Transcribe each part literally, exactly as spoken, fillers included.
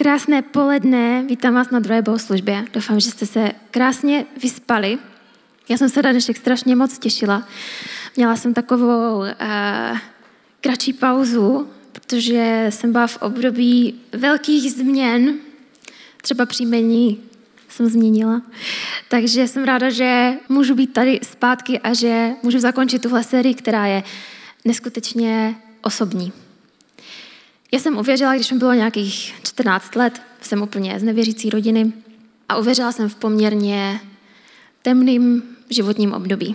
Krásné poledne, vítám vás na druhé bohoslužbě. Doufám, že jste se krásně vyspali. Já jsem se na dnešek strašně moc těšila. Měla jsem takovou uh, kratší pauzu, protože jsem byla v období velkých změn, třeba příjmení jsem změnila. Takže jsem ráda, že můžu být tady zpátky a že můžu zakončit tuhle sérii, která je neskutečně osobní. Já jsem uvěřila, když mi bylo nějakých čtrnáct let, jsem úplně z nevěřící rodiny a uvěřila jsem v poměrně temným životním období.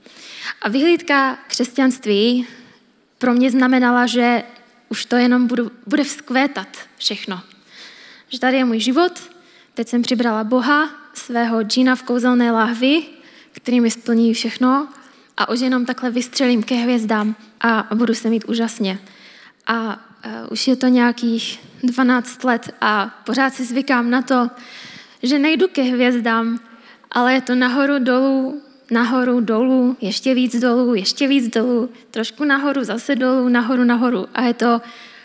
A vyhlídka křesťanství pro mě znamenala, že už to jenom budu, bude vzkvétat všechno. Že tady je můj život, teď jsem přibrala Boha, svého džína v kouzelné lahvi, který mi splní všechno a už jenom takhle vystřelím ke hvězdám a budu se mít úžasně. A Uh, už je to nějakých dvanáct let a pořád si zvykám na to, že nejdu ke hvězdám, ale je to nahoru, dolů, nahoru, dolů, ještě víc dolů, ještě víc dolů, trošku nahoru, zase dolů, nahoru, nahoru. A je to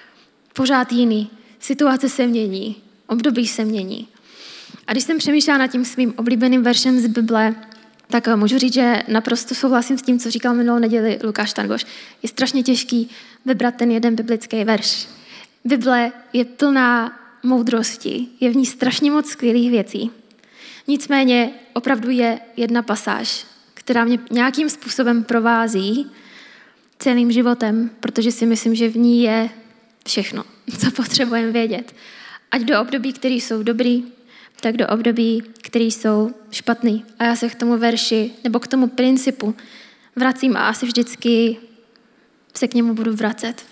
pořád jiný. Situace se mění, období se mění. A když jsem přemýšlela nad tím svým oblíbeným veršem z Bible, tak můžu říct, že naprosto souhlasím s tím, co říkal minulou neděli Lukáš Tangoš. Je strašně těžký vybrat ten jeden biblický verš. Bible je plná moudrosti, je v ní strašně moc skvělých věcí. Nicméně opravdu je jedna pasáž, která mě nějakým způsobem provází celým životem, protože si myslím, že v ní je všechno, co potřebujeme vědět. Ať do období, které jsou dobrý, tak do období, které jsou špatný. A já se k tomu verši nebo k tomu principu vracím a asi vždycky se k němu budu vracet.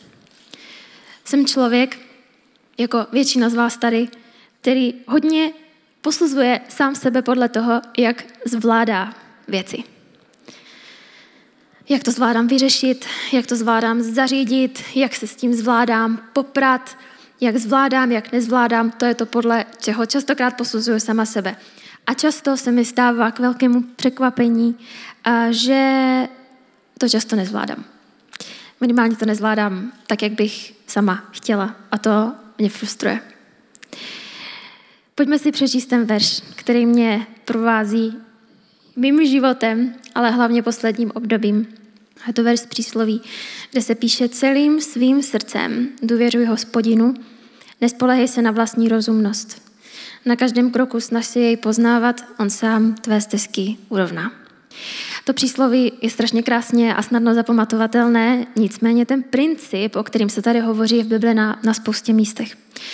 Jsem člověk, jako většina z vás tady, který hodně posuzuje sám sebe podle toho, jak zvládá věci. Jak to zvládám vyřešit, jak to zvládám zařídit, jak se s tím zvládám poprat, jak zvládám, jak nezvládám, to je to, podle čeho častokrát posuzuju sama sebe. A často se mi stává k velkému překvapení, že to často nezvládám. Minimálně to nezvládám tak, jak bych sama chtěla. A to mě frustruje. Pojďme si přečíst ten verš, který mě provází mým životem, ale hlavně posledním obdobím. Je to verš z přísloví, kde se píše: celým svým srdcem důvěřuj Hospodinu, nespolehej se na vlastní rozumnost. Na každém kroku snaž si jej poznávat, on sám tvé stezky urovná. To přísloví je strašně krásně a snadno zapamatovatelné, nicméně ten princip, o kterým se tady hovoří, je v Bibli na, na spoustě místech.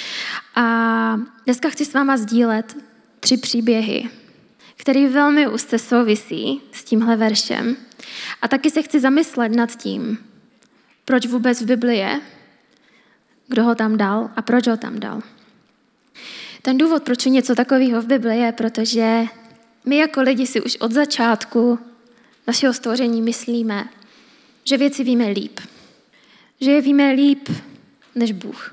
A dneska chci s váma sdílet tři příběhy, které velmi úzce souvisí s tímhle veršem. A taky se chci zamyslet nad tím, proč vůbec v Bibli je, kdo ho tam dal a proč ho tam dal. Ten důvod, proč je něco takového v Bibli, je, protože my jako lidi si už od začátku našeho stvoření myslíme, že věci víme líp. Že je víme líp než Bůh.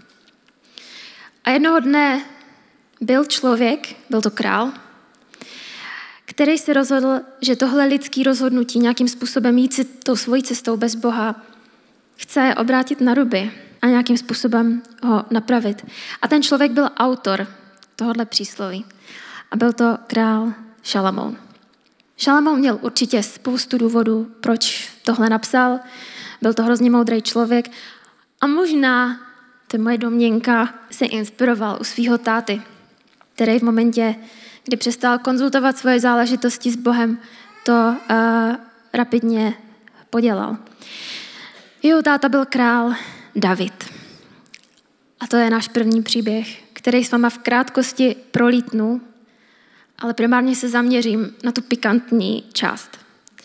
A jednoho dne byl člověk, byl to král, který se rozhodl, že tohle lidský rozhodnutí nějakým způsobem jít tou svojí cestou bez Boha chce obrátit na ruby a nějakým způsobem ho napravit. A ten člověk byl autor tohohle přísloví. A byl to král Šalamoun. Šalamoun měl určitě spoustu důvodů, proč tohle napsal. Byl to hrozně moudrý člověk a možná, to je moje domněnka, se inspiroval u svého táty, který v momentě, kdy přestal konzultovat svoje záležitosti s Bohem, to uh, rapidně podělal. Jeho táta byl král David. A to je náš první příběh, který s váma v krátkosti prolítnu, ale primárně se zaměřím na tu pikantní část.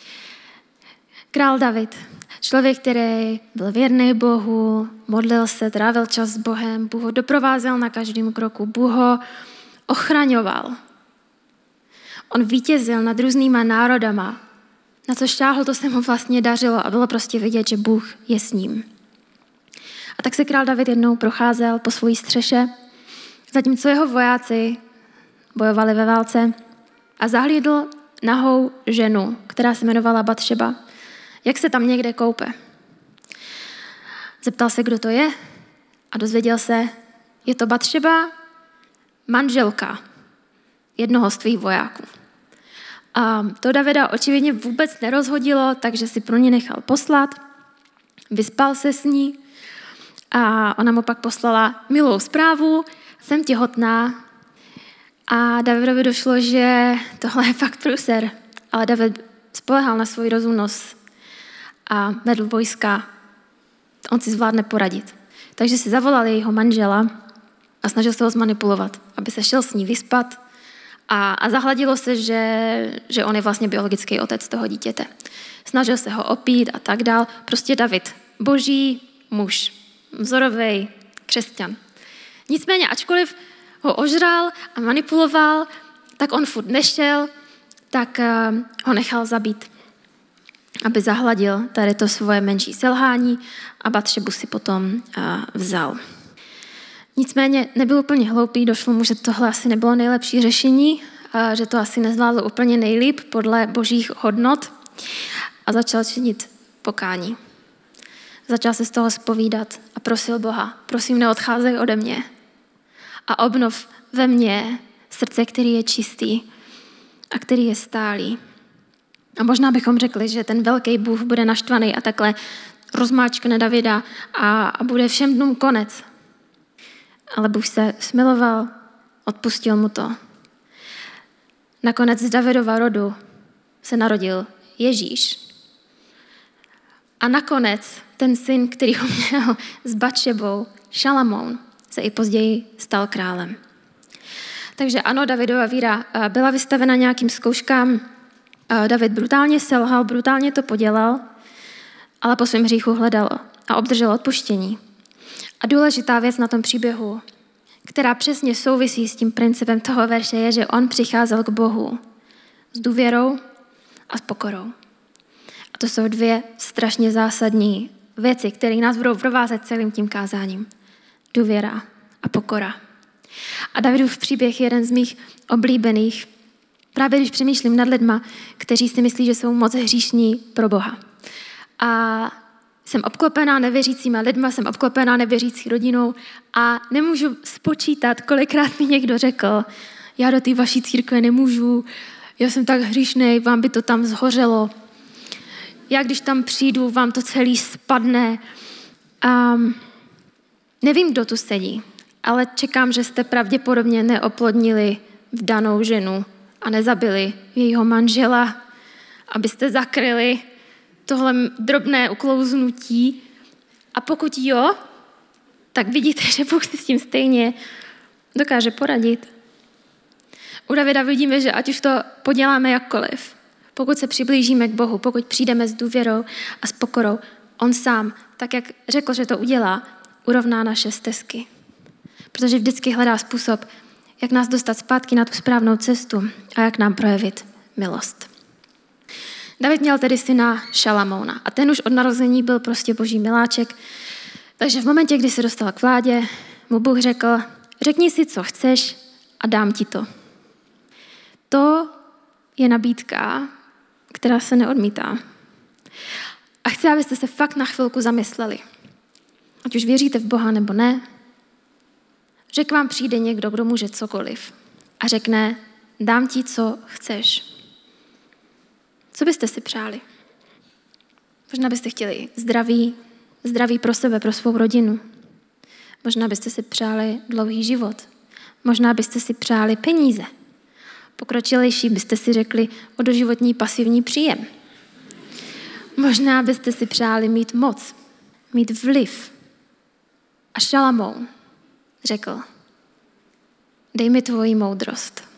Král David, člověk, který byl věrný Bohu, modlil se, trávil čas s Bohem, Bůh ho doprovázel na každém kroku, Bůh ho ochraňoval. On vítězil nad různýma národama, na co šáhl, to se mu vlastně dařilo a bylo prostě vidět, že Bůh je s ním. A tak se král David jednou procházel po svojí střeše, zatímco jeho vojáci bojovali ve válce a zahlídl nahou ženu, která se jmenovala Batšeba, jak se tam někde koupe. Zeptal se, kdo to je a dozvěděl se, je to Batšeba, manželka jednoho z tvých vojáků. A to Davida očividně vůbec nerozhodilo, takže si pro ní nechal poslat, vyspal se s ní a ona mu pak poslala milou zprávu, jsem těhotná. A Davidovi došlo, že tohle je fakt průser, ale David spolehal na svou rozumnost a vedl vojska. On si zvládne poradit. Takže si zavolal jejího manžela a snažil se ho zmanipulovat, aby se šel s ní vyspat a, a zahladilo se, že, že on je vlastně biologický otec toho dítěte. Snažil se ho opít a tak dál. Prostě David, boží muž, vzorový křesťan. Nicméně, ačkoliv ho ožral a manipuloval, tak on furt nešel, tak uh, ho nechal zabít, aby zahladil tady to svoje menší selhání a Batšebu si potom uh, vzal. Nicméně nebyl úplně hloupý, došlo mu, že tohle asi nebylo nejlepší řešení, uh, že to asi nezvládl úplně nejlíp podle božích hodnot a začal činit pokání. Začal se z toho zpovídat a prosil Boha, prosím, neodcházej ode mě a obnov ve mně srdce, který je čistý a který je stálý. A možná bychom řekli, že ten velký Bůh bude naštvaný a takhle rozmáčkne Davida a, a bude všem dnům konec. Ale Bůh se smiloval, odpustil mu to. Nakonec z Davidova rodu se narodil Ježíš. A nakonec ten syn, který ho měl s Batšebou, Šalamoun, se i později stal králem. Takže ano, Davidova víra byla vystavena nějakým zkouškám. David brutálně selhal, brutálně to podělal, ale po svém hříchu hledal a obdržel odpuštění. A důležitá věc na tom příběhu, která přesně souvisí s tím principem toho verše, je, že on přicházel k Bohu s důvěrou a s pokorou. A to jsou dvě strašně zásadní věci, které nás budou provázet celým tím kázáním. Důvěra a pokora. A Davidův příběh je jeden z mých oblíbených, právě když přemýšlím nad lidma, kteří si myslí, že jsou moc hříšní pro Boha. A jsem obklopená nevěřícíma lidma, jsem obklopená nevěřící rodinou a nemůžu spočítat, kolikrát mi někdo řekl, já do té vaší církve nemůžu, já jsem tak hříšnej, vám by to tam zhořelo. Já když tam přijdu, vám to celý spadne. Um, nevím, kdo tu sedí, ale čekám, že jste pravděpodobně neoplodnili vdanou ženu a nezabili jejího manžela, abyste zakryli tohle drobné uklouznutí. A pokud jo, tak vidíte, že Bůh si s tím stejně dokáže poradit. U Davida vidíme, že ať už to poděláme jakkoliv, pokud se přiblížíme k Bohu, pokud přijdeme s důvěrou a s pokorou, on sám, tak jak řekl, že to udělá, urovná naše stezky. Protože vždycky hledá způsob, jak nás dostat zpátky na tu správnou cestu a jak nám projevit milost. David měl tedy syna Šalamouna a ten už od narození byl prostě boží miláček. Takže v momentě, kdy se dostal k vládě, mu Bůh řekl, řekni si, co chceš a dám ti to. To je nabídka, která se neodmítá. A chci, abyste se fakt na chvilku zamysleli. Ať už věříte v Boha nebo ne, že k vám přijde někdo, kdo může cokoliv a řekne, dám ti, co chceš. Co byste si přáli? Možná byste chtěli zdraví, zdraví pro sebe, pro svou rodinu. Možná byste si přáli dlouhý život. Možná byste si přáli peníze. Pokročilejší byste si řekli o doživotní pasivní příjem. Možná byste si přáli mít moc, mít vliv. A Šalamoun řekl, dej mi tvoji moudrost.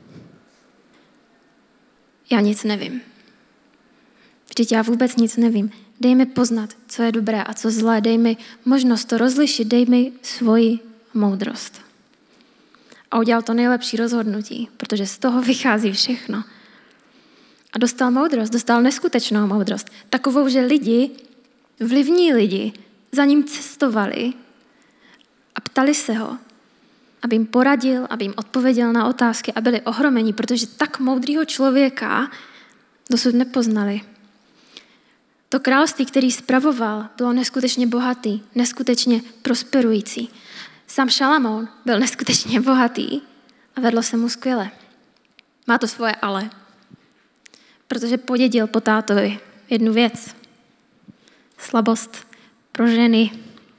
Já nic nevím. Vždyť já vůbec nic nevím. Dej mi poznat, co je dobré a co zlé. Dej mi možnost to rozlišit. Dej mi svoji moudrost. A udělal to nejlepší rozhodnutí, protože z toho vychází všechno. A dostal moudrost, dostal neskutečnou moudrost. Takovou, že lidi, vlivní lidi, za ním cestovali a ptali se ho, aby jim poradil, aby jim odpověděl na otázky a byli ohromeni, protože tak moudrýho člověka dosud nepoznali. To království, který spravoval, bylo neskutečně bohatý, neskutečně prosperující. Sám Šalamoun byl neskutečně bohatý A vedlo se mu skvěle. Má to svoje ale. Protože podědil po tátovi jednu věc. Slabost pro ženy.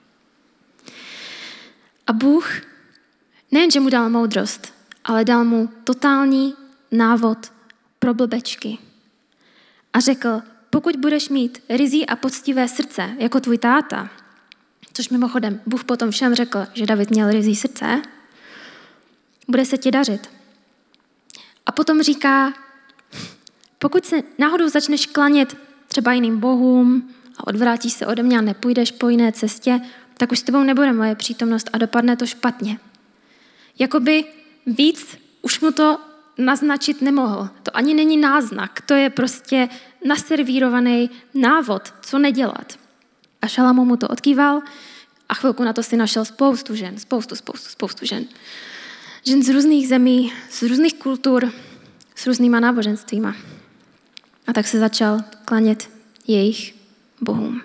A Bůh nejenže mu dal moudrost, ale dal mu totální návod pro blbečky. A řekl, pokud budeš mít ryzí a poctivé srdce, jako tvůj táta, což mimochodem Bůh potom všem řekl, že David měl ryzí srdce, bude se ti dařit. A potom říká, pokud se náhodou začneš klanět třeba jiným bohům a odvrátíš se ode mě a nepůjdeš po jiné cestě, tak už s tebou nebude moje přítomnost a dopadne to špatně. Jakoby víc už mu to naznačit nemohl. To ani není náznak, to je prostě naservírovaný návod, co nedělat. A Šalamoun mu to odkýval a chvilku na to si našel spoustu žen, spoustu, spoustu, spoustu žen. Žen z různých zemí, z různých kultur, s různýma náboženstvíma. A tak se začal klanět jejich bohům.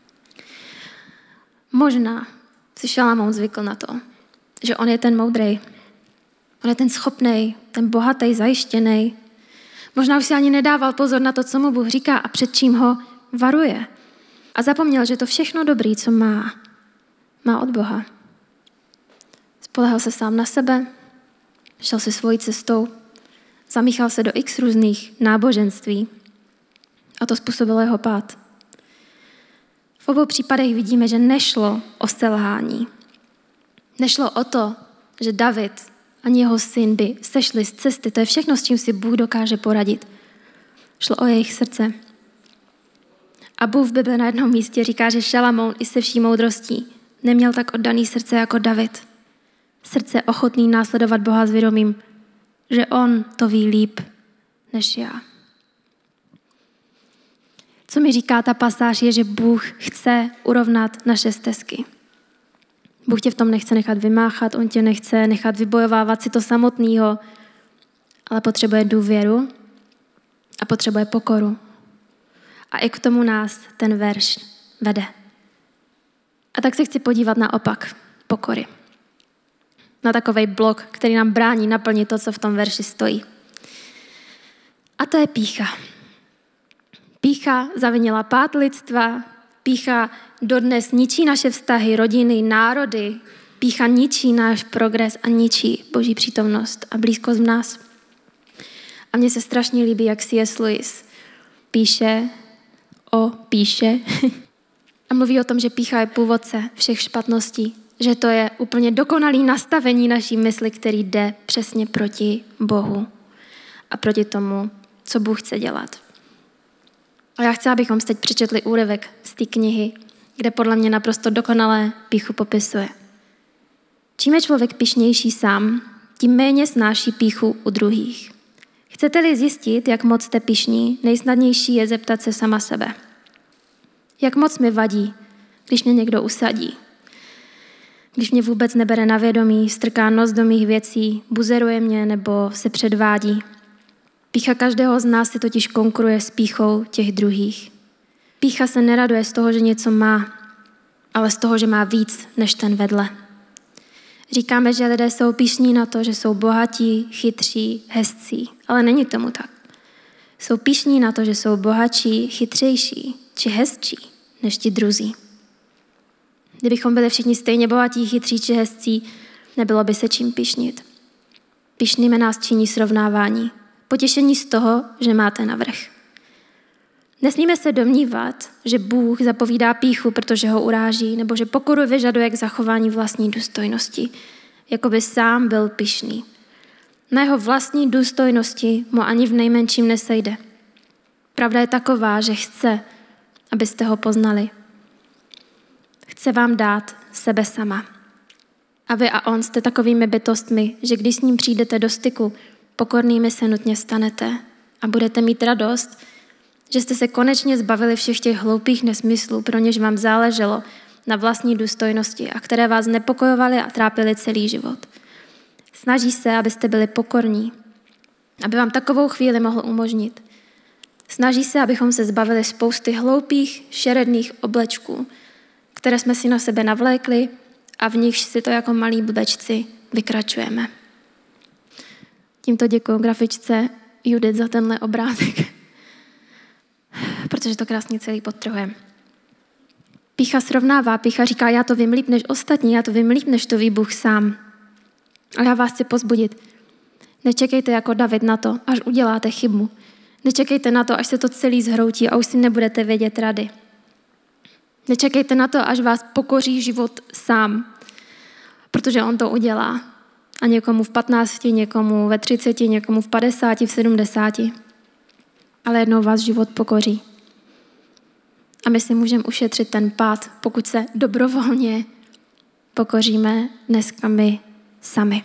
Možná si Šalamoun zvykl na to, že on je ten moudrej, on je ten schopnej, ten bohatý, zajištěný. Možná už si ani nedával pozor na to, co mu Bůh říká a před čím ho varuje. A zapomněl, že to všechno dobrý, co má, má od Boha. Spolehal se sám na sebe, šel si svojí cestou, zamíchal se do x různých náboženství a to způsobilo jeho pád. V obou případech vidíme, že nešlo o selhání. Nešlo o to, že David ani jeho syn by sešli z cesty. To je všechno, s čím si Bůh dokáže poradit. Šlo o jejich srdce. A Bůh v Bibli na jednom místě říká, že Šalamoun i se vší moudrostí neměl tak oddaný srdce jako David. Srdce ochotný následovat Boha s vědomím, že on to ví líp než já. Co mi říká ta pasáž je, že Bůh chce urovnat naše stezky. Bůh tě v tom nechce nechat vymáchat, on tě nechce nechat vybojovávat si to samotného, ale potřebuje důvěru a potřebuje pokoru. A i k tomu nás ten verš vede. A tak se chci podívat na opak pokory. Na takovej blok, který nám brání naplnit to, co v tom verši stojí. A to je pýcha. Pýcha zavinila pád lidstva, pýcha dodnes ničí naše vztahy, rodiny, národy, pýcha ničí náš progres a ničí Boží přítomnost a blízkost v nás. A mně se strašně líbí, jak C S Lewis píše o píše a mluví o tom, že pýcha je původce všech špatností, že to je úplně dokonalý nastavení naší mysli, který jde přesně proti Bohu a proti tomu, co Bůh chce dělat. A já chci, abychom teď přečetli úryvek z té knihy, kde podle mě naprosto dokonalé pýchu popisuje. Čím je člověk pyšnější sám, tím méně snáší pýchu u druhých. Chcete-li zjistit, jak moc jste pyšní, nejsnadnější je zeptat se sama sebe. Jak moc mi vadí, když mě někdo usadí? Když mě vůbec nebere na vědomí, strká nos do mých věcí, buzeruje mě nebo se předvádí. Pýcha každého z nás si totiž konkuruje s pýchou těch druhých. Pýcha se neraduje z toho, že něco má, ale z toho, že má víc než ten vedle. Říkáme, že lidé jsou pyšní na to, že jsou bohatí, chytří, hezcí, ale není tomu tak. Jsou pyšní na to, že jsou bohatší, chytřejší či hezčí než ti druzí. Kdybychom byli všichni stejně bohatí, chytří či hezcí, nebylo by se čím pyšnit. Pyšnými nás činí srovnávání. Potěšení z toho, že máte navrch. Nesmíme se domnívat, že Bůh zapovídá pýchu, protože ho uráží, nebo že pokoru vyžaduje k zachování vlastní důstojnosti, jako by sám byl pyšný. Na jeho vlastní důstojnosti mu ani v nejmenším nesejde. Pravda je taková, že chce, abyste ho poznali. Chce vám dát sebe sama. A vy a on jste takovými bytostmi, že když s ním přijdete do styku, pokornými se nutně stanete a budete mít radost, že jste se konečně zbavili všech těch hloupých nesmyslů, pro něž vám záleželo na vlastní důstojnosti a které vás nepokojovaly a trápily celý život. Snaží se, abyste byli pokorní, aby vám takovou chvíli mohl umožnit. Snaží se, abychom se zbavili spousty hloupých, šeredných oblečků, které jsme si na sebe navlékli a v nichž si to jako malí blbečci vykračujeme. Tímto děkuji grafičce Judith za tenhle obrázek, protože to krásně celý podtrhuje. Pýcha srovnává, pýcha říká, já to vím líp než ostatní, já to vím líp, než to ví Bůh sám. A já vás chci pozbudit. Nečekejte jako David na to, až uděláte chybu. Nečekejte na to, až se to celý zhroutí a už si nebudete vědět rady. Nečekejte na to, až vás pokoří život sám, protože on to udělá. A někomu v patnácti, někomu ve třiceti, někomu v padesáti, v sedmdesáti. Ale jednou vás život pokoří. A my si můžeme ušetřit ten pád, pokud se dobrovolně pokoříme dneska my sami.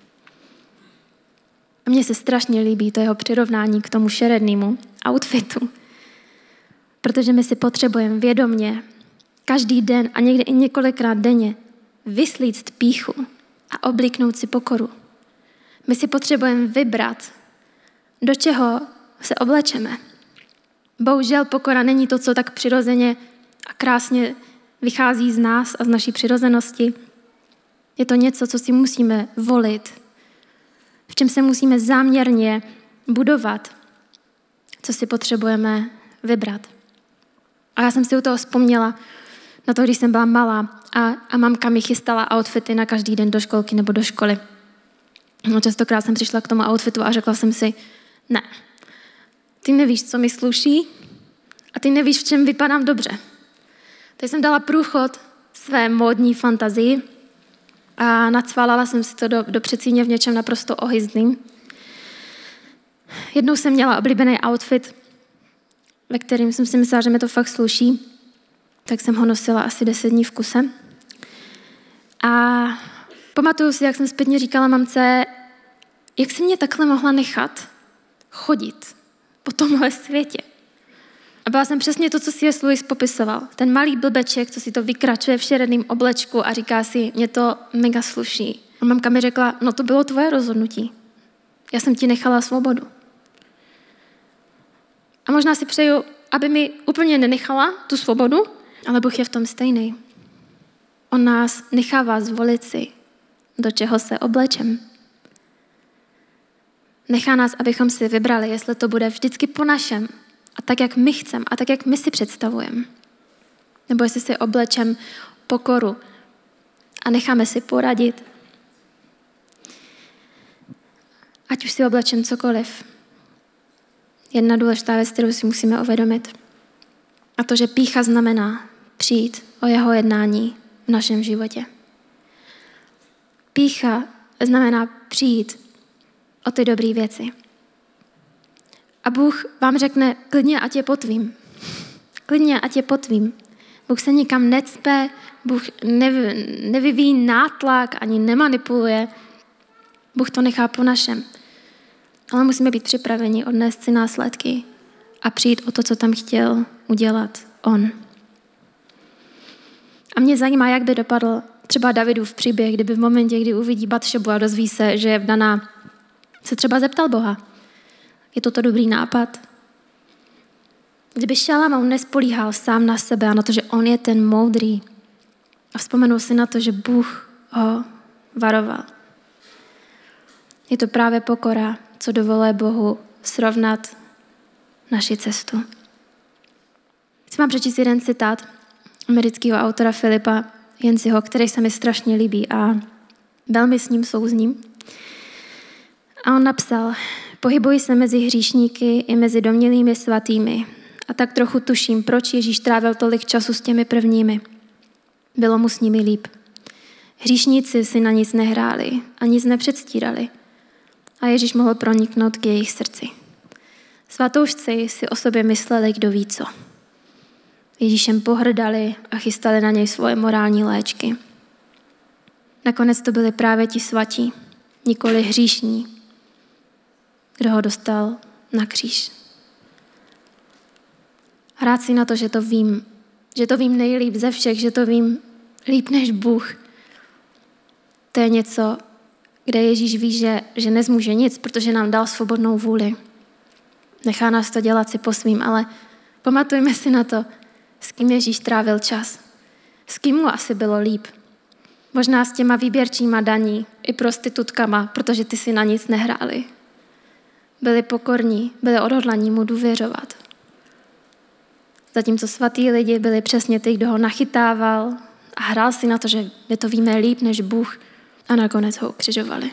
A mně se strašně líbí to jeho přirovnání k tomu šerednému outfitu, protože my si potřebujeme vědomně každý den a někdy i několikrát denně vyslíct pýchu a oblíknout si pokoru. My si potřebujeme vybrat, do čeho se oblečeme. Bohužel pokora není to, co tak přirozeně a krásně vychází z nás a z naší přirozenosti. Je to něco, co si musíme volit, v čem se musíme záměrně budovat, co si potřebujeme vybrat. A já jsem si u toho vzpomněla na to, když jsem byla malá a, a mamka mi chystala outfity na každý den do školky nebo do školy. No, častokrát jsem přišla k tomu outfitu a řekla jsem si, ne, ty nevíš, co mi sluší a ty nevíš, v čem vypadám dobře. Teď jsem dala průchod své módní fantazii a nacválala jsem si to do, do předsíně v něčem naprosto ohyzným. Jednou jsem měla oblíbený outfit, ve kterým jsem si myslela, že mi to fakt sluší, tak jsem ho nosila asi deset dní v kuse. A pamatuju si, jak jsem zpětně říkala mamce, jak si mě takhle mohla nechat chodit po tomhle světě. A byla jsem přesně to, co C S. Lewis popisoval. Ten malý blbeček, co si to vykračuje v šeredném oblečku a říká si, mě to mega sluší. A mamka mi řekla, no to bylo tvoje rozhodnutí. Já jsem ti nechala svobodu. A možná si přeju, aby mi úplně nenechala tu svobodu, ale Bůh je v tom stejný. On nás nechává zvolit si, do čeho se oblečem. Nechá nás, abychom si vybrali, jestli to bude vždycky po našem a tak, jak my chceme a tak, jak my si představujeme. Nebo jestli si oblečem pokoru a necháme si poradit. Ať už si oblečem cokoliv. Jedna důležitá věc, kterou si musíme uvědomit. A to, že pýcha znamená přijít o jeho jednání v našem životě. Pýcha znamená přijít o ty dobré věci. A Bůh vám řekne, klidně ať je potvím. Klidně ať je potvím. Bůh se nikam necpe, Bůh nevy, nevyvíjí nátlak, ani nemanipuluje. Bůh to nechá po našem. Ale musíme být připraveni odnést si následky a přijít o to, co tam chtěl udělat on. A mě zajímá, jak by dopadl třeba Davidův příběh, kdyby v momentě, kdy uvidí Batšebu a dozví se, že je vdaná, se třeba zeptal Boha. Je to to dobrý nápad? Kdyby Šalamoun nespolíhal sám na sebe a na to, že on je ten moudrý a vzpomenul si na to, že Bůh ho varoval. Je to právě pokora, co dovoluje Bohu srovnat naši cestu. Chci vám přečíst jeden citát amerického autora Filipa Yanceyho, který se mi strašně líbí a velmi s ním souzním. A on napsal, pohybuji se mezi hříšníky i mezi domnělými svatými a tak trochu tuším, proč Ježíš trávil tolik času s těmi prvními. Bylo mu s nimi líp. Hříšníci si na nic nehráli a nic nepředstírali a Ježíš mohl proniknout k jejich srdci. Svatoušci si o sobě mysleli, kdo ví co. Ježíšem pohrdali a chystali na něj svoje morální léčky. Nakonec to byli právě ti svatí, nikoli hříšní, kdo ho dostal na kříž. Hrát si na to, že to vím, že to vím nejlíp ze všech, že to vím líp než Bůh. To je něco, kde Ježíš ví, že, že nezmůže nic, protože nám dal svobodnou vůli. Nechá nás to dělat si po svým, ale pamatujme si na to, s kým Ježíš trávil čas. S kým mu asi bylo líp. Možná s těma výběrčíma daní i prostitutkama, protože ty si na nic nehráli. byli pokorní, byli odhodlaní mu důvěřovat. Zatímco svatí lidi byli přesně ty, kdo ho nachytával a hrál si na to, že my to víme líp než Bůh a nakonec ho ukřižovali.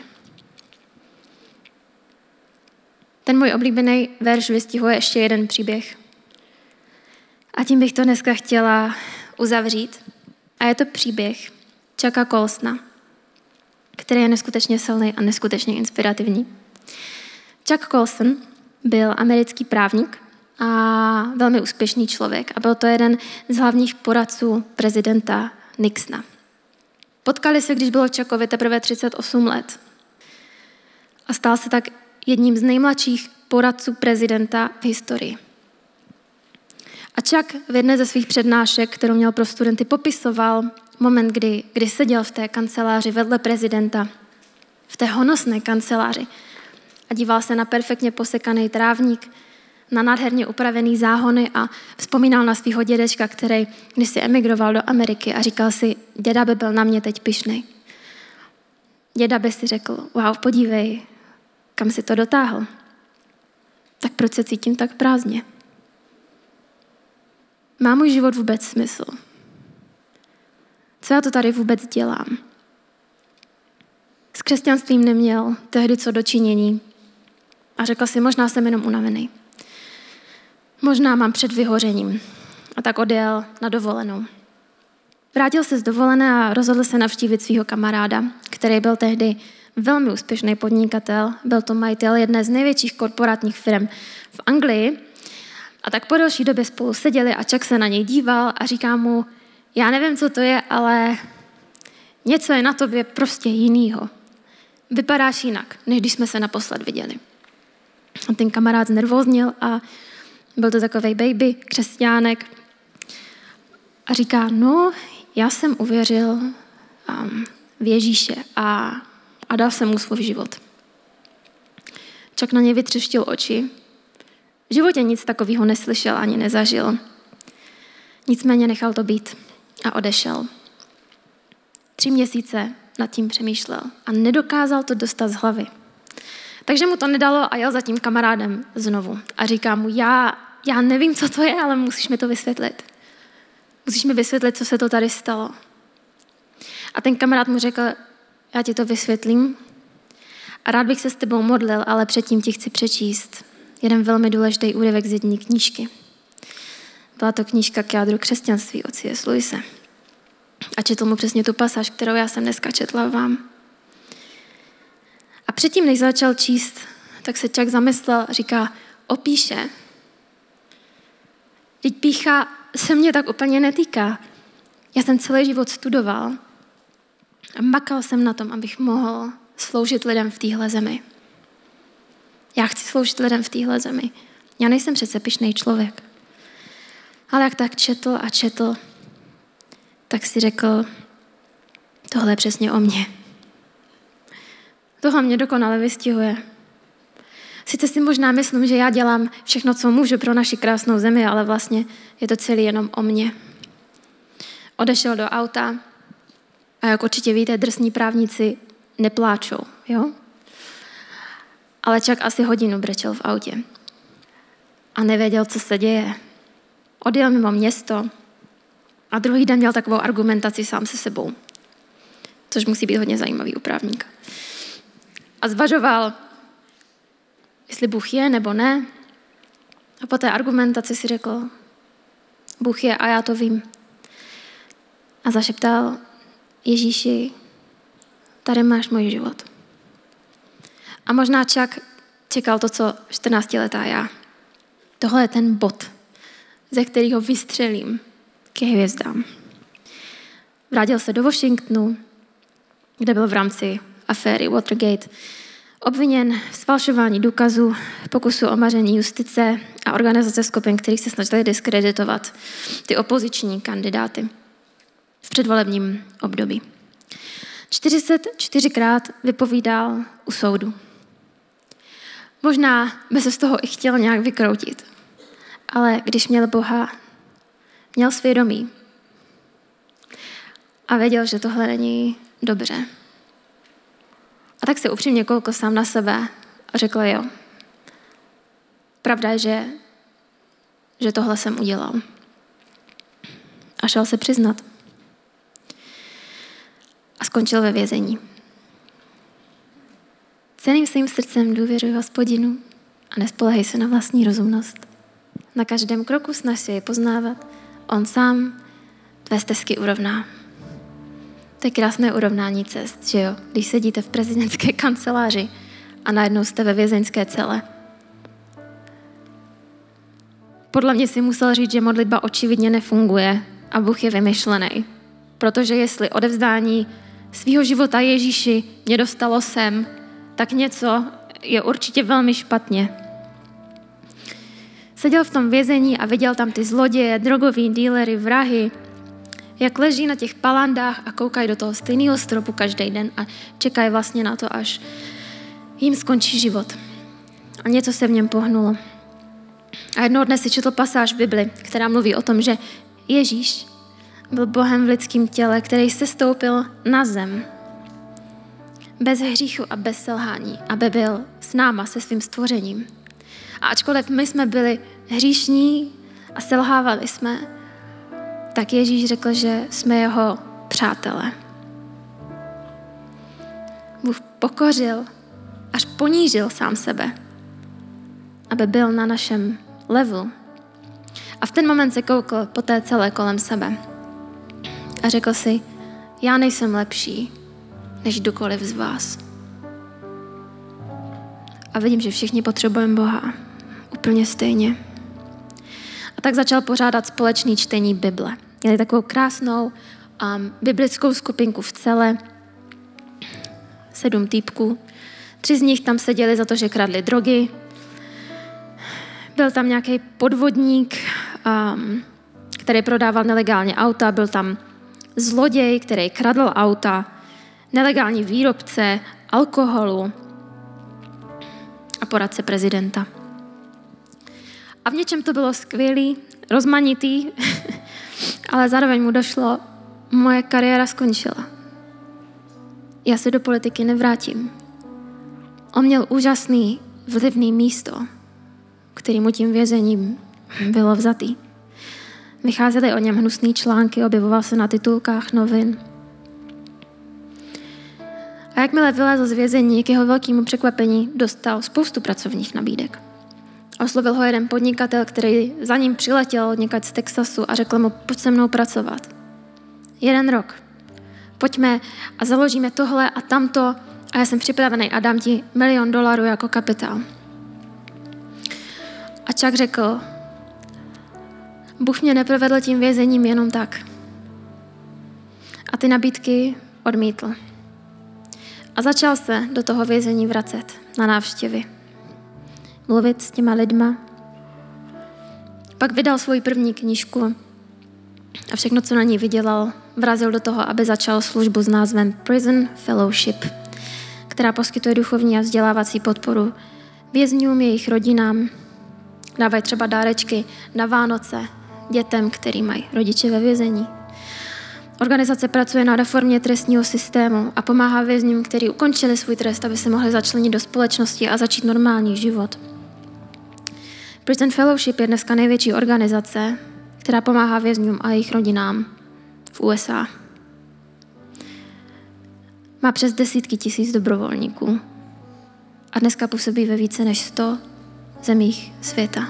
Ten můj oblíbený verš vystihuje ještě jeden příběh. A tím bych to dneska chtěla uzavřít. A je to příběh Chucka Colsona, který je neskutečně silný a neskutečně inspirativní. Chuck Colson byl americký právník a velmi úspěšný člověk a byl to jeden z hlavních poradců prezidenta Nixona. Potkali se, když bylo Chuckovi teprve třicet osm let a stal se tak jedním z nejmladších poradců prezidenta v historii. A Chuck v jedné ze svých přednášek, kterou měl pro studenty, popisoval moment, kdy, kdy seděl v té kanceláři vedle prezidenta, v té honosné kanceláři a díval se na perfektně posekaný trávník, na nádherně upravený záhony a vzpomínal na svého dědečka, který když si emigroval do Ameriky a říkal si, děda by byl na mě teď pyšnej. Děda by si řekl, wow, podívej, kam si to dotáhl. Tak proč se cítím tak prázdně? Má můj život vůbec smysl? Co já to tady vůbec dělám? S křesťanstvím neměl tehdy co dočinění a řekl si, možná jsem jenom unavený. Možná mám před vyhořením. A tak odjel na dovolenou. Vrátil se z dovolené a rozhodl se navštívit svého kamaráda, který byl tehdy velmi úspěšný podnikatel. Byl to majitel jedné z největších korporátních firm v Anglii. A tak po delší době spolu seděli a Chuck se na něj díval a říká mu, já nevím, co to je, ale něco je na tobě prostě jinýho. Vypadáš jinak, než když jsme se naposled viděli. A ten kamarád znervóznil a byl to takovej baby, křesťánek. A říká, no, já jsem uvěřil um, v Ježíše a, a dal jsem mu svůj život. Chuck na něj vytřeštil oči. V životě nic takového neslyšel ani nezažil. Nicméně nechal to být a odešel. Tři měsíce nad tím přemýšlel a nedokázal to dostat z hlavy. Takže mu to nedalo a jel za tím kamarádem znovu. A říká mu, já, já nevím, co to je, ale musíš mi to vysvětlit. Musíš mi vysvětlit, co se to tady stalo. A ten kamarád mu řekl, já ti to vysvětlím a rád bych se s tebou modlil, ale předtím ti chci přečíst jeden velmi důležitý úryvek z jedné knížky. Byla to knížka k jádru křesťanství od C S Lewise. A četl mu přesně tu pasáž, kterou já jsem dneska četla vám. A předtím, než začal číst, tak se Chuck zamyslel a říká, opíše. Vždyť pýcha se mě tak úplně netýká. Já jsem celý život studoval a makal jsem na tom, abych mohl sloužit lidem v téhle zemi. Já chci sloužit lidem v téhle zemi. Já nejsem přece pyšnej člověk. Ale jak tak četl a četl, tak si řekl, tohle je přesně o mně. Tohle mě dokonale vystihuje. Sice si možná myslím, že já dělám všechno, co můžu pro naši krásnou zemi, ale vlastně je to celý jenom o mně. Odešel do auta a jak určitě víte, drsní právníci nepláčou, jo? Ale Chuck asi hodinu brečel v autě a nevěděl, co se děje. Odjel mimo město a druhý den měl takovou argumentaci sám se sebou, což musí být hodně zajímavý u právníka. A zvažoval, jestli Bůh je nebo ne. A po té argumentaci si řekl, Bůh je a já to vím. A zašeptal, Ježíši, tady máš můj život. A možná Chuck čekal to, co čtrnáctiletá já. Tohle je ten bod, ze kterého vystřelím k hvězdám. Vrátil se do Washingtonu, kde byl v rámci aféry Watergate obviněn z falšování důkazů, pokusu o maření justice a organizace skupin, kterých se snažili diskreditovat ty opoziční kandidáty v předvolebním období. čtyřicet čtyřikrát vypovídal u soudu. Možná by se z toho i chtěl nějak vykroutit, ale když měl Boha, měl svědomí a věděl, že tohle není dobře. A tak se upřímně koukl sám na sebe a řekl, jo, pravda je, že, že tohle jsem udělal. A šel se přiznat. A skončil ve vězení. Celým svým srdcem důvěřuj Hospodinu a nespolehej se na vlastní rozumnost. Na každém kroku snaž se je poznávat. On sám tvé stezky urovná. To je krásné urovnání cest, že jo? Když sedíte v prezidentské kanceláři a najednou jste ve vězeňské cele. Podle mě si musel říct, že modlitba očividně nefunguje a Bůh je vymyšlený. Protože jestli odevzdání svýho života Ježíši mě dostalo sem, tak něco je určitě velmi špatně. Seděl v tom vězení a viděl tam ty zloděje, drogový dílery, vrahy, jak leží na těch palandách a koukají do toho stejného stropu každý den a čekají vlastně na to, až jim skončí život. A něco se v něm pohnulo. A jednoho dne si četl pasáž v Bibli, která mluví o tom, že Ježíš byl Bohem v lidském těle, který se stoupil na zem bez hříchu a bez selhání, aby byl s náma, se svým stvořením. A ačkoliv my jsme byli hříšní a selhávali jsme, tak Ježíš řekl, že jsme jeho přátelé. Bůh pokořil, až ponížil sám sebe, aby byl na našem levelu. A v ten moment se koukl po té celé kolem sebe a řekl si, já nejsem lepší než kdokoliv z vás. A vidím, že všichni potřebujeme Boha. Úplně stejně. A tak začal pořádat společný čtení Bible. Měli takovou krásnou um, biblickou skupinku v celé, sedm týpků. Tři z nich tam seděli za to, že kradli drogy. Byl tam nějaký podvodník, um, který prodával nelegálně auta. Byl tam zloděj, který kradl auta. Nelegální výrobce alkoholu a poradce prezidenta. A v něčem to bylo skvělý, rozmanitý, ale zároveň mu došlo, moje kariéra skončila. Já se do politiky nevrátím. On měl úžasný, vlivný místo, který mu tím vězením bylo vzatý. Vycházely o něm hnusný články, objevoval se na titulkách novin. A jakmile vylezl z vězení, k jeho velkému překvapení dostal spoustu pracovních nabídek. Oslovil ho jeden podnikatel, který za ním přiletěl někať z Texasu a řekl mu, pojď se mnou pracovat. Jeden rok. Pojďme a založíme tohle a tamto a já jsem připravený a dám ti milion dolarů jako kapitál. A Chuck řekl, Bůh mě neprovedl tím vězením jenom tak. A ty nabídky odmítl. A začal se do toho vězení vracet na návštěvy. Mluvit s těma lidma. Pak vydal svoji první knížku a všechno, co na ní vydělal, vrazil do toho, aby začal službu s názvem Prison Fellowship, která poskytuje duchovní a vzdělávací podporu vězňům, jejich rodinám. Dávají třeba dárečky na Vánoce dětem, který mají rodiče ve vězení. Organizace pracuje na reformě trestního systému a pomáhá vězňům, kteří ukončili svůj trest, aby se mohli začlenit do společnosti a začít normální život. Prison Fellowship je dneska největší organizace, která pomáhá vězňům a jejich rodinám v U S A. Má přes desítky tisíc dobrovolníků a dneska působí ve více než sto zemích světa.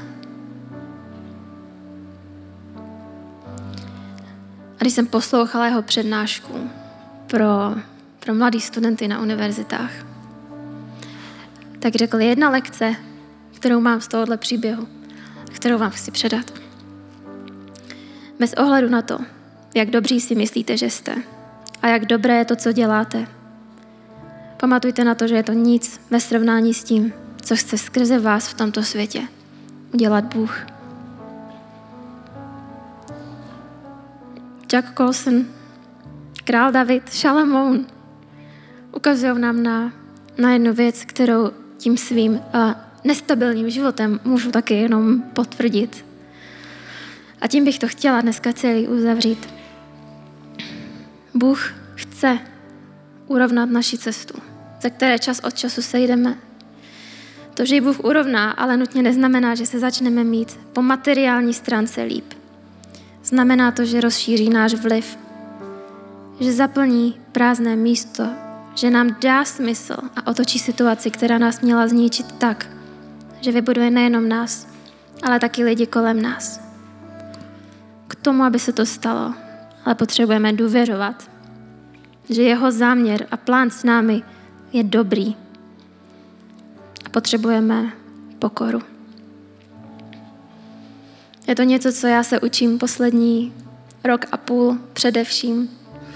A když jsem poslouchala jeho přednášku pro, pro mladý studenty na univerzitách, tak řekl jedna lekce, kterou mám z tohohle příběhu, kterou vám chci předat. Bez ohledu na to, jak dobří si myslíte, že jste a jak dobré je to, co děláte, pamatujte na to, že je to nic ve srovnání s tím, co chce skrze vás v tomto světě udělat Bůh. Jack Colson, král David, Šalamoun ukazují nám na, na jednu věc, kterou tím svým uh, nestabilním životem můžu taky jenom potvrdit. A tím bych to chtěla dneska celý uzavřít. Bůh chce urovnat naši cestu, ze které čas od času sejdeme. To, že ji Bůh urovná, ale nutně neznamená, že se začneme mít po materiální stránce líp. Znamená to, že rozšíří náš vliv, že zaplní prázdné místo, že nám dá smysl a otočí situaci, která nás měla zničit tak, že vybuduje nejenom nás, ale taky lidi kolem nás. K tomu, aby se to stalo, ale potřebujeme důvěřovat, že jeho záměr a plán s námi je dobrý. A potřebujeme pokoru. Je to něco, co já se učím poslední rok a půl především,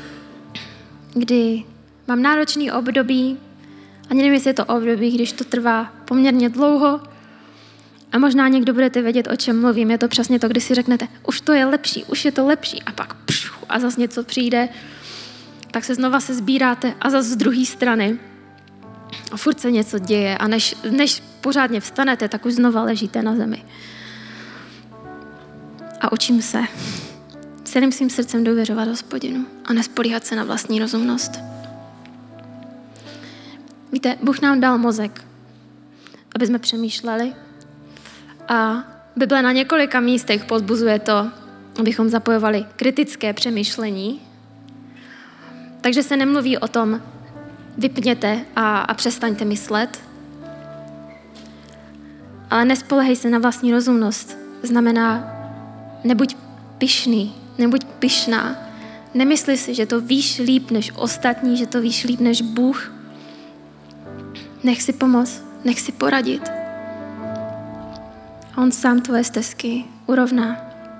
kdy mám náročný období, ani nevím, jestli je to období, když to trvá poměrně dlouho a možná někdo budete vědět, o čem mluvím. Je to přesně to, kdy si řeknete, už to je lepší, už je to lepší a pak pšu, a zase něco přijde, tak se znova se sbíráte a zase z druhé strany a furt se něco děje a než, než pořádně vstanete, tak už znova ležíte na zemi. A učím se celým svým srdcem důvěřovat Hospodinu a nespolíhat se na vlastní rozumnost. Víte, Bůh nám dal mozek, aby jsme přemýšleli a Bible na několika místech povzbuzuje to, abychom zapojovali kritické přemýšlení. Takže se nemluví o tom, vypněte a, a přestaňte myslet, ale nespolehej se na vlastní rozumnost. Znamená, nebuď pyšný, nebuď pyšná. Nemysli si, že to víš líp než ostatní, že to víš líp než Bůh. Nech si pomoct, nech si poradit. A on sám tvoje stezky urovná.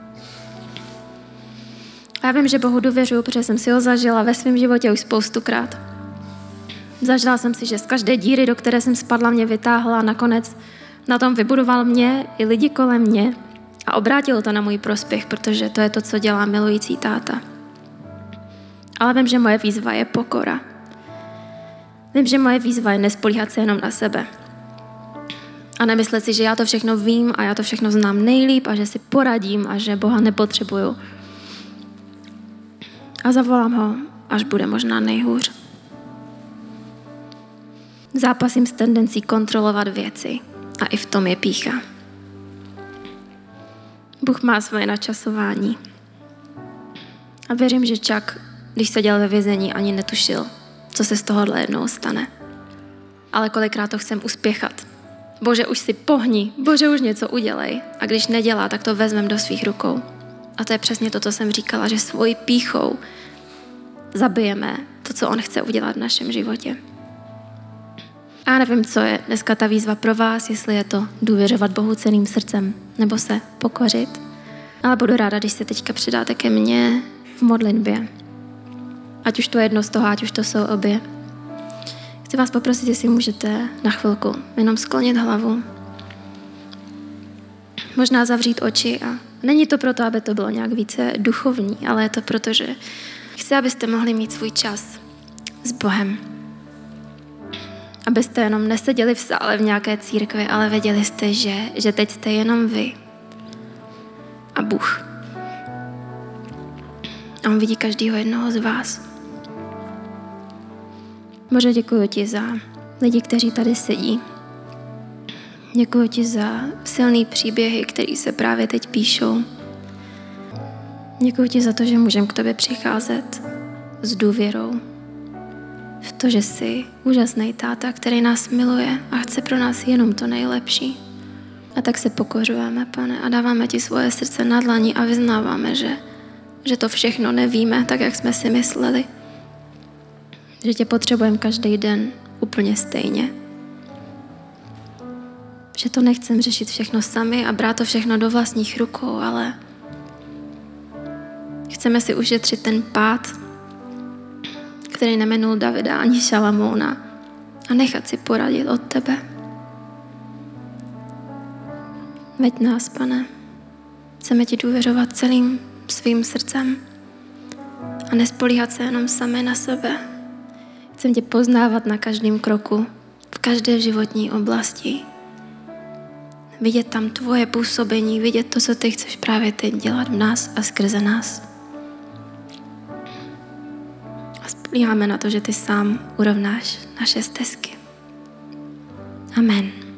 A já vím, že Bohu důvěřuju, protože jsem si ho zažila ve svém životě už spoustukrát. Zažila jsem si, že z každé díry, do které jsem spadla, mě vytáhla a nakonec na tom vybudoval mě i lidi kolem mě a obrátilo to na můj prospěch, protože to je to, co dělá milující táta. Ale vím, že moje výzva je pokora. Vím, že moje výzva je nespolíhat se jenom na sebe. A nemyslet si, že já to všechno vím a já to všechno znám nejlíp a že si poradím a že Boha nepotřebuju. A zavolám ho, až bude možná nejhůř. Zápasím s tendencí kontrolovat věci a i v tom je pýcha. Bůh má svoje načasování. A věřím, že Čak, když seděl ve vězení, ani netušil, co se z tohohle jednou stane. Ale kolikrát to chcem uspěchat. Bože, už si pohni, Bože, už něco udělej. A když nedělá, tak to vezmem do svých rukou. A to je přesně to, co jsem říkala, že svojí pýchou zabijeme to, co on chce udělat v našem životě. A já nevím, co je dneska ta výzva pro vás, jestli je to důvěřovat Bohu celým srdcem, nebo se pokořit. Ale budu ráda, když se teďka přidáte ke mně v modlitbě. Ať už to je jedno z toho, ať už to jsou obě. Chci vás poprosit, jestli můžete na chvilku jenom sklonit hlavu. Možná zavřít oči a není to proto, aby to bylo nějak více duchovní, ale je to proto, že chci, abyste mohli mít svůj čas s Bohem. Abyste jenom neseděli v sále v nějaké církvi, ale věděli jste, že, že teď jste jenom vy a Bůh. A on vidí každého jednoho z vás. Bože, děkuji ti za lidi, kteří tady sedí. Děkuji ti za silný příběhy, které se právě teď píšou. Děkuji ti za to, že můžeme k tobě přicházet s důvěrou v to, že jsi úžasný táta, který nás miluje a chce pro nás jenom to nejlepší. A tak se pokořujeme, Pane, a dáváme ti svoje srdce na dlani a vyznáváme, že, že to všechno nevíme, tak jak jsme si mysleli. Že tě potřebujeme každý den úplně stejně. Že to nechcem řešit všechno sami a brát to všechno do vlastních rukou, ale chceme si ušetřit ten pád, který nemenul Davida ani Šalamouna, a nechat si poradit od tebe. Veď nás, Pane. Chceme ti důvěřovat celým svým srdcem a nespolíhat se jenom sami na sebe. Chcem tě poznávat na každém kroku, v každé životní oblasti. Vidět tam tvoje působení, vidět to, co ty chceš právě teď dělat v nás a skrze nás. A spolíháme na to, že ty sám urovnáš naše stezky. Amen.